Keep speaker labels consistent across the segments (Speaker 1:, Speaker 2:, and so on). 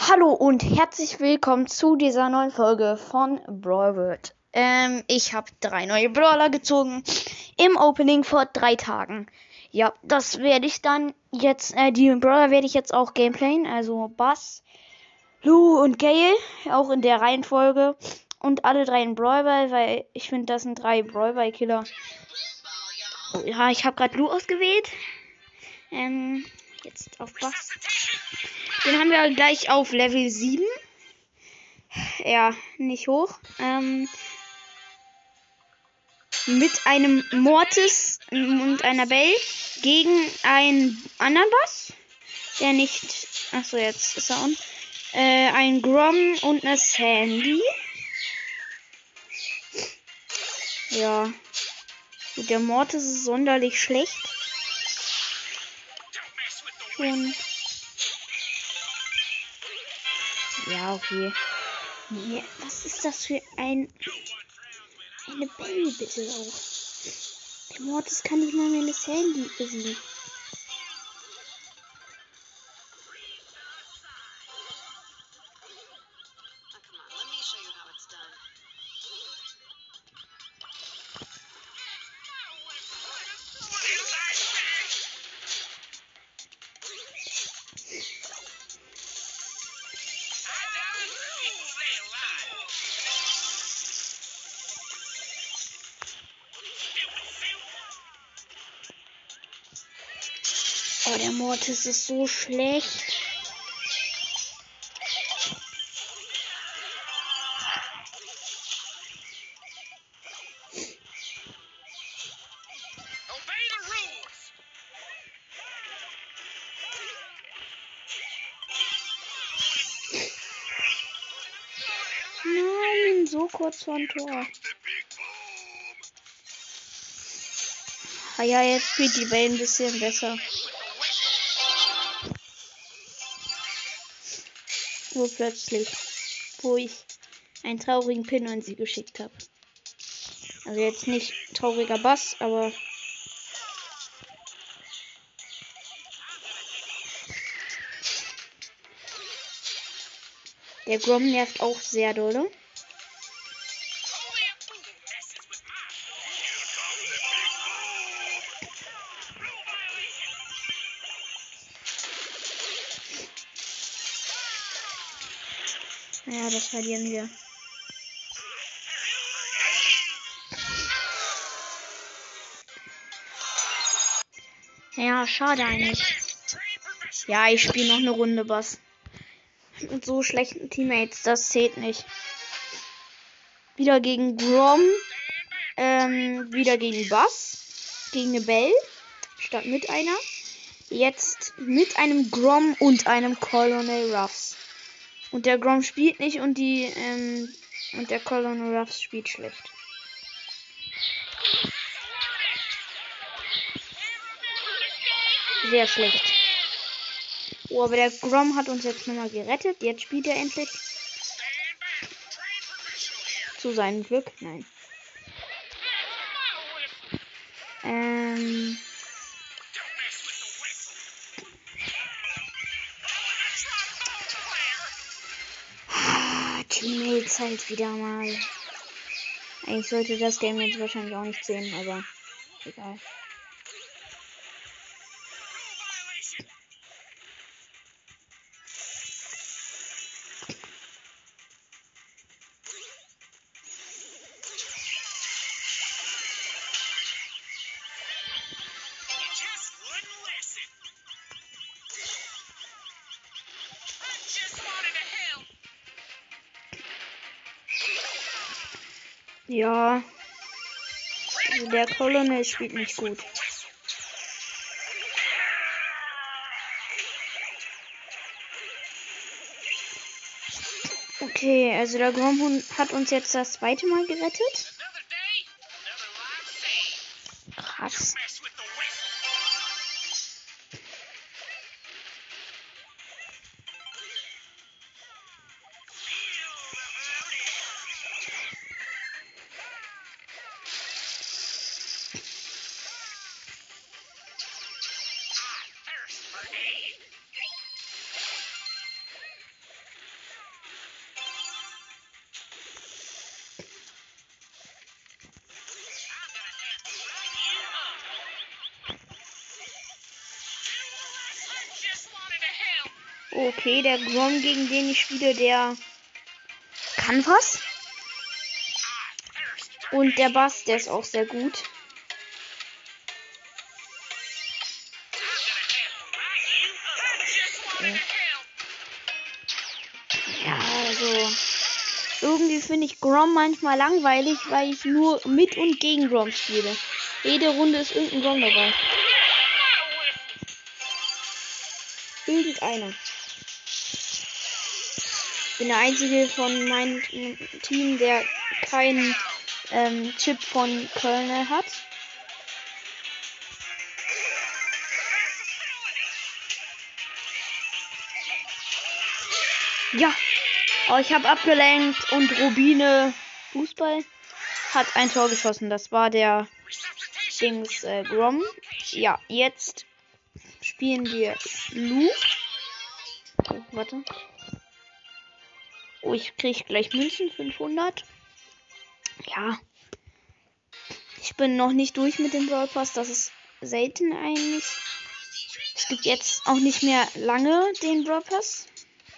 Speaker 1: Hallo und herzlich willkommen zu dieser neuen Folge von Brawl World. Ich habe 3 neue Brawler gezogen im Opening vor 3 Tagen. Ja, das werde ich dann jetzt, die Brawler werde ich jetzt auch gameplayen, also Bass, Lou und Gale, auch in der Reihenfolge. Und alle 3 in Brawl Ball, weil ich finde, das sind 3 Brawl Ball Killer. Ja, ich habe gerade Lou ausgewählt. Jetzt auf Bass. Den haben wir gleich auf Level 7. Ja, nicht hoch. Mit einem Mortis und einer Belle gegen einen anderen Bass, der nicht... Achso, jetzt ist er on. Ein Grom und eine Sandy. Ja. Gut, der Mortis ist sonderlich schlecht. Schon. Ja, okay. Nee, was ist das für eine Belle bitte auch? Der Mortis kann nicht mal mehr eine Sandy besiegen. Oh, der Mortis ist so schlecht. Nein, so kurz vorm Tor. Ah ja, jetzt spielt die Belle ein bisschen besser. Nur plötzlich, wo ich einen traurigen Pin an sie geschickt habe. Also jetzt nicht trauriger Bass, aber... Der Grom nervt auch sehr dolle. Ja, das verlieren wir. Ja, schade eigentlich. Ja, ich spiele noch eine Runde Bass. Mit so schlechten Teammates, das zählt nicht. Wieder gegen Grom. Wieder gegen Bass. Gegen eine Belle. Statt mit einer. Jetzt mit einem Grom und einem Colonel Ruffs. Und der Grom spielt nicht und und der Colonel Ruffs spielt schlecht. Sehr schlecht. Oh, aber der Grom hat uns jetzt nochmal gerettet. Jetzt spielt er endlich. Zu seinem Glück. Nein. Teammates halt wieder mal. Eigentlich sollte das Game jetzt wahrscheinlich auch nicht sehen, aber egal. Ja. Also der Colonel spielt nicht gut. Okay, also der Grom hat uns jetzt das zweite Mal gerettet. Krass. Okay, der Grom, gegen den ich spiele, der kann was. Und der Bass, der ist auch sehr gut. Ja, also irgendwie finde ich Grom manchmal langweilig, weil ich nur mit und gegen Grom spiele. Jede Runde ist irgendein Grom dabei. Irgendeiner. Ich bin der einzige von meinem Team, der keinen Chip von Colonel hat. Ja, oh, ich habe abgelenkt und Rubine Fußball hat ein Tor geschossen. Das war der Dings Grom. Ja, jetzt spielen wir Lu. Oh, warte. Oh, ich kriege gleich Münzen 500. Ja. Ich bin noch nicht durch mit dem Brawl Pass. Das ist selten eigentlich. Es gibt jetzt auch nicht mehr lange den Brawl Pass.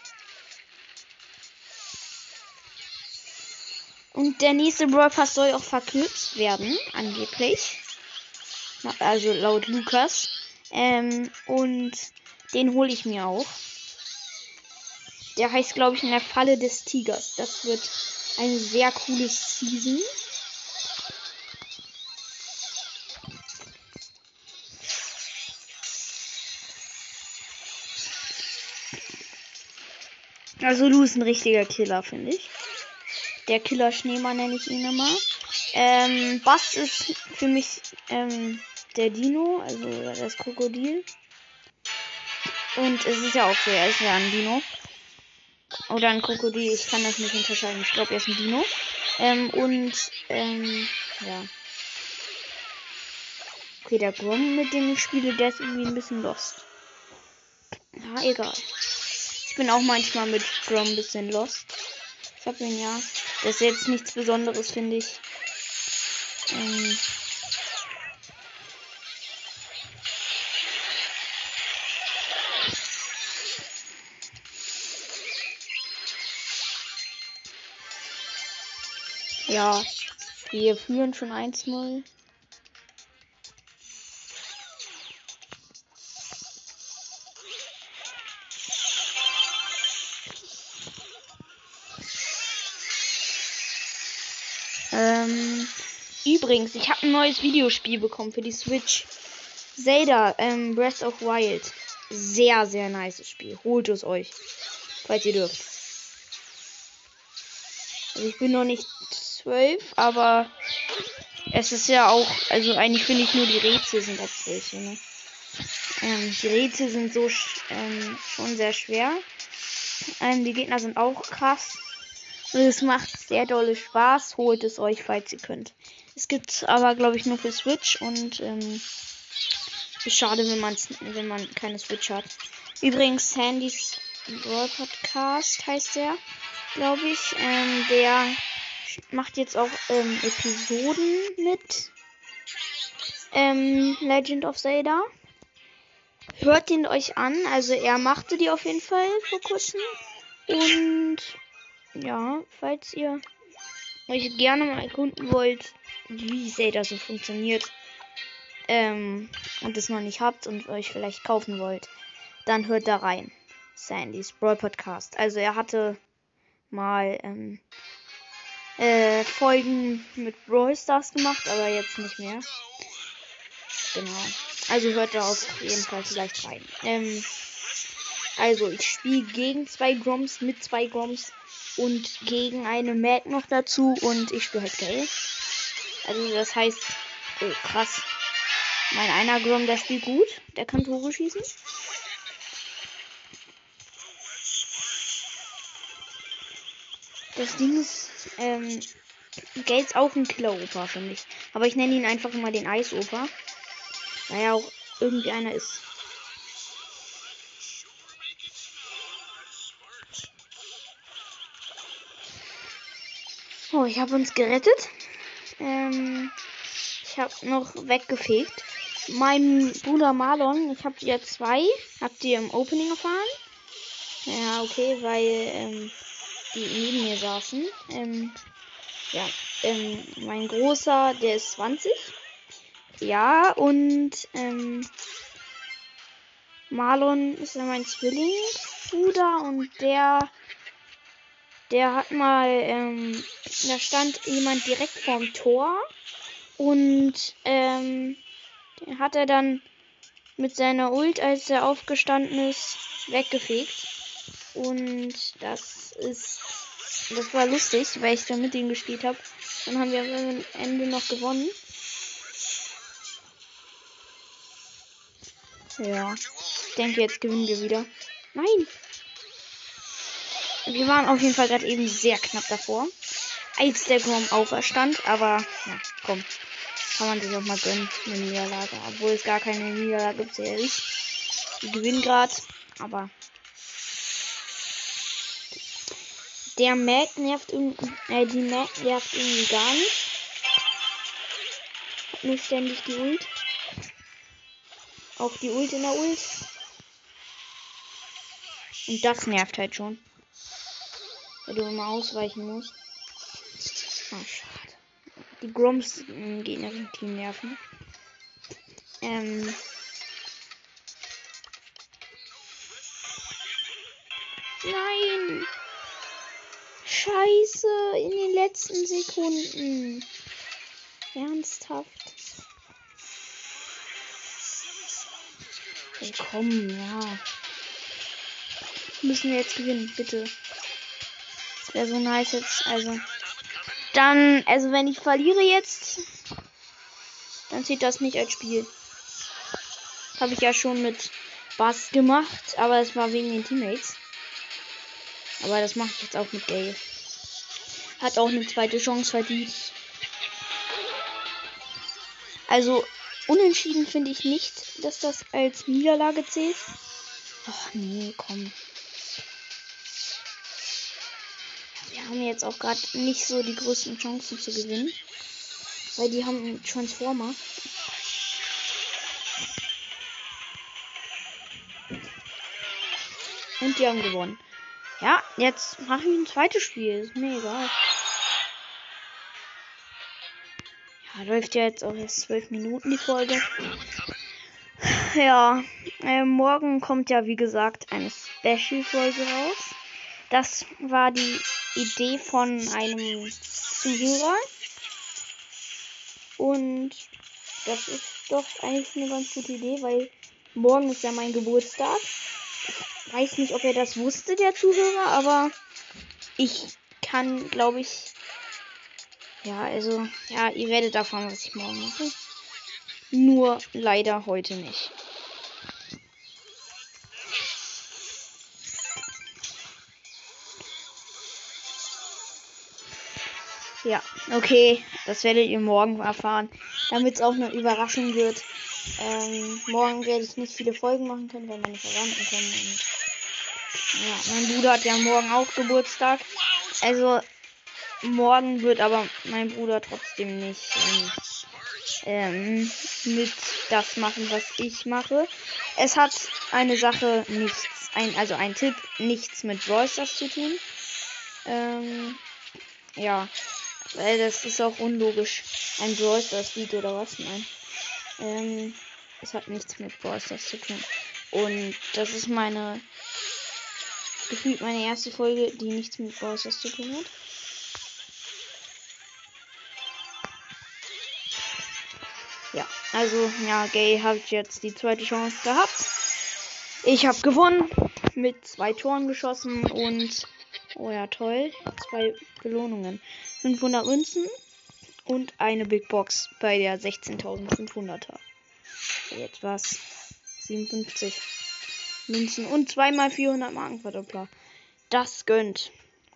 Speaker 1: Und der nächste Brawl Pass soll auch verkürzt werden, angeblich. Also laut Lukas. Und den hole ich mir auch. Der heißt, glaube ich, in der Falle des Tigers. Das wird eine sehr coole Season. Also Lu ist ein richtiger Killer, finde ich. Der Killer Schneemann nenne ich ihn immer. Bass ist für mich der Dino, also das Krokodil. Und es ist ja auch so, er ist ja ein Dino. Oder ein Krokodil, ich kann das nicht unterscheiden. Ich glaube, er ist ein Dino. Ja. Okay, der Grom, mit dem ich spiele, der ist irgendwie ein bisschen lost. Ja, egal. Ich bin auch manchmal mit Grom ein bisschen lost. Ich hab ihn ja. Das ist jetzt nichts Besonderes, finde ich. Ja, wir führen schon 1-0. Übrigens, ich habe ein neues Videospiel bekommen für die Switch. Zelda, Breath of Wild. Sehr, sehr nice Spiel. Holt es euch, falls ihr dürft. Also ich bin noch nicht 12, aber es ist ja auch, also eigentlich finde ich nur die Rätsel sind als welche, ne? Die Rätsel sind so schon sehr schwer. Die Gegner sind auch krass. Und es macht sehr dolle Spaß. Holt es euch, falls ihr könnt. Es gibt aber, glaube ich, nur für Switch und ist schade, wenn man keine Switch hat. Übrigens, Sandys Brawl Podcast heißt der, glaube ich. Der macht jetzt auch Episoden mit Legend of Zelda. Hört ihn euch an. Also er machte die auf jeden Fall vor kurzem. Und ja, falls ihr euch gerne mal erkunden wollt, wie Zelda so funktioniert, und es noch nicht habt und euch vielleicht kaufen wollt, dann hört da rein. Sandys Brawl Podcast. Also er hatte mal Folgen mit Brawl Stars gemacht, aber jetzt nicht mehr. Genau. Also hört da auf jeden Fall vielleicht rein. Also ich spiele gegen 2 Groms, mit 2 Groms und gegen eine Mac noch dazu und ich spiele halt Gale. Also das heißt, oh krass. Mein einer Grom, der spielt gut. Der kann Tore schießen. Das Ding ist, Gale ist auch ein Killer-Opa, finde ich. Aber ich nenne ihn einfach immer den Eis-Opa. Weil er auch irgendwie einer ist. Oh, ich habe uns gerettet. Ich habe noch weggefegt. Mein Bruder Marlon, ich habe ja 2. Habt ihr im Opening erfahren? Ja, okay, weil die neben mir saßen. Mein Großer, der ist 20. Ja, und Marlon ist ja mein Zwillingsbruder und der hat mal, da stand jemand direkt vorm Tor und den hat er dann mit seiner Ult, als er aufgestanden ist, weggefegt. Und das war lustig, weil ich da mit ihm gespielt habe. Dann haben wir am Ende noch gewonnen. Ja, ich denke, jetzt gewinnen wir wieder. Nein! Wir waren auf jeden Fall gerade eben sehr knapp davor, als der Grom auferstand. Aber, ja, komm. Kann man sich auch mal gönnen, eine Niederlage. Obwohl es gar keine Niederlage bisher ist. Die gewinnen gerade, aber der Mac nervt die Mac nervt irgendwie gar nicht. Hat nur ständig die Ult. Auch die Ult in der Ult. Und das nervt halt schon. Weil du immer ausweichen musst. Ah, schade. Die Groms gegnerischen Team nerven. Nein! Scheiße! In den letzten Sekunden. Ernsthaft. Hey, komm, ja. Müssen wir jetzt gewinnen, bitte. Das wäre so nice jetzt. Also, wenn ich verliere jetzt, dann zählt das nicht als Spiel. Habe ich ja schon mit Bass gemacht, aber es war wegen den Teammates. Aber das mache ich jetzt auch mit Gale. Hat auch eine zweite Chance verdient. Also, unentschieden finde ich nicht, dass das als Niederlage zählt. Ach nee, komm. Wir haben jetzt auch gerade nicht so die größten Chancen zu gewinnen. Weil die haben einen Transformer. Und die haben gewonnen. Ja, jetzt mache ich ein zweites Spiel. Ist mir egal. Ja, läuft ja jetzt auch erst 12 Minuten die Folge. Ja, morgen kommt ja wie gesagt eine Special-Folge raus. Das war die Idee von einem Zuhörer. Und das ist doch eigentlich eine ganz gute Idee, weil morgen ist ja mein Geburtstag. Ich weiß nicht, ob er das wusste, der Zuhörer, aber ich kann, glaube ich, ja, ihr werdet erfahren, was ich morgen mache. Nur leider heute nicht. Ja, okay, das werdet ihr morgen erfahren, damit es auch eine Überraschung wird. Morgen werde ich nicht viele Folgen machen können, weil meine Verwandten kommen. Und ja, mein Bruder hat ja morgen auch Geburtstag. Also morgen wird aber mein Bruder trotzdem nicht mit das machen, was ich mache. Es hat eine Sache ein Tipp, nichts mit Brawl Stars zu tun. Ja, weil das ist auch unlogisch. Ein Brawl Stars Lied oder was? Nein. Es hat nichts mit Brawl Stars zu tun. Und das ist gefühlt meine erste Folge, die nichts mit Brawl Stars zu tun hat. Ja, also, ja, Gay hat jetzt die zweite Chance gehabt. Ich habe gewonnen, mit 2 Toren geschossen und, oh ja, toll, 2 Belohnungen. 500 Münzen und eine Big Box bei der 16.500er. Jetzt war's 57 Münzen und 2 mal 400 Markenverdoppler. Das gönnt.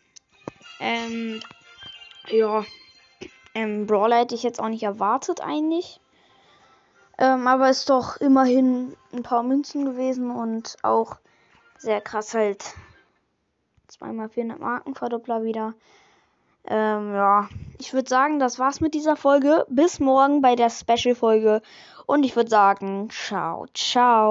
Speaker 1: Brawler hätte ich jetzt auch nicht erwartet eigentlich. Aber ist doch immerhin ein paar Münzen gewesen und auch sehr krass halt 2 mal 400 Markenverdoppler wieder. Ja, ich würde sagen, das war's mit dieser Folge. Bis morgen bei der Special-Folge. Und ich würde sagen, ciao, ciao.